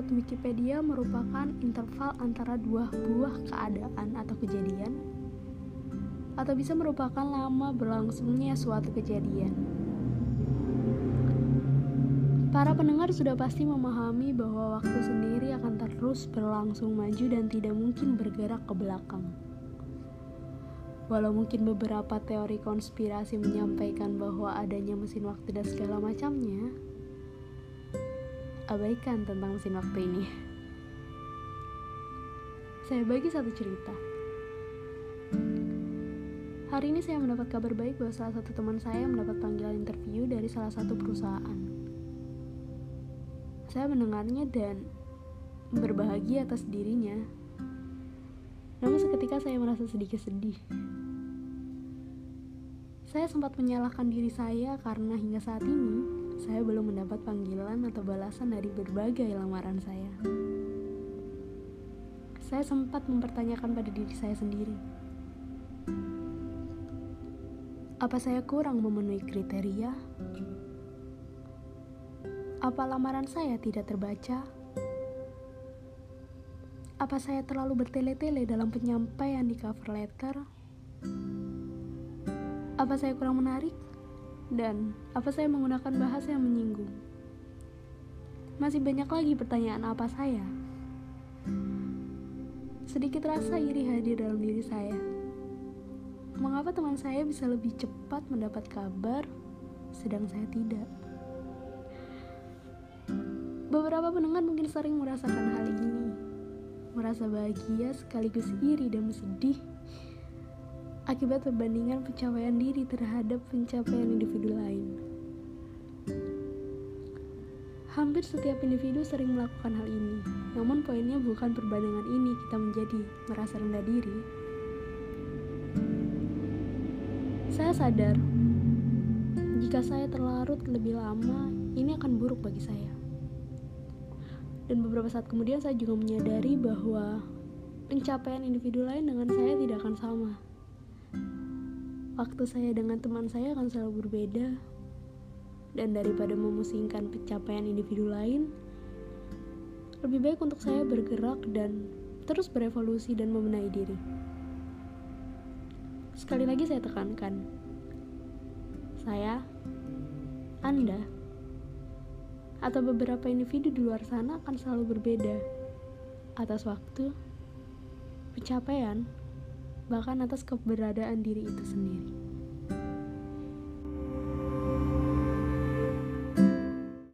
menurut Wikipedia merupakan interval antara dua buah keadaan atau kejadian, atau bisa merupakan lama berlangsungnya suatu kejadian. Para pendengar sudah pasti memahami bahwa waktu sendiri akan terus berlangsung maju dan tidak mungkin bergerak ke belakang. Walau mungkin beberapa teori konspirasi menyampaikan bahwa adanya mesin waktu dan segala macamnya, abaikan tentang mesin waktu ini. Saya bagi satu cerita. Hari ini saya mendapat kabar baik bahwa salah satu teman saya mendapat panggilan interview dari salah satu perusahaan. Saya mendengarnya dan berbahagia atas dirinya. Namun seketika saya merasa sedikit sedih. Saya sempat menyalahkan diri saya karena hingga saat ini saya belum mendapat panggilan atau balasan dari berbagai lamaran saya. Saya sempat mempertanyakan pada diri saya sendiri. Apa saya kurang memenuhi kriteria? Apa lamaran saya tidak terbaca? Apa saya terlalu bertele-tele dalam penyampaian di cover letter? Apa saya kurang menarik? Dan apa saya menggunakan bahasa yang menyinggung? Masih banyak lagi pertanyaan apa saya. Sedikit rasa iri hadir dalam diri saya. Mengapa teman saya bisa lebih cepat mendapat kabar, sedang saya tidak? Beberapa pendengar mungkin sering merasakan hal ini. Merasa bahagia sekaligus iri dan sedih akibat perbandingan pencapaian diri terhadap pencapaian individu lain. Hampir setiap individu sering melakukan hal ini. Namun poinnya bukan perbandingan ini kita menjadi merasa rendah diri. Saya sadar, jika saya terlarut lebih lama, ini akan buruk bagi saya. Dan beberapa saat kemudian saya juga menyadari bahwa pencapaian individu lain dengan saya tidak akan sama. Waktu saya dengan teman saya akan selalu berbeda. Dan daripada memusingkan pencapaian individu lain, lebih baik untuk saya bergerak dan terus berevolusi dan membenahi diri. Sekali lagi saya tekankan, saya, Anda, atau beberapa individu di luar sana akan selalu berbeda atas waktu, pencapaian, bahkan atas keberadaan diri itu sendiri.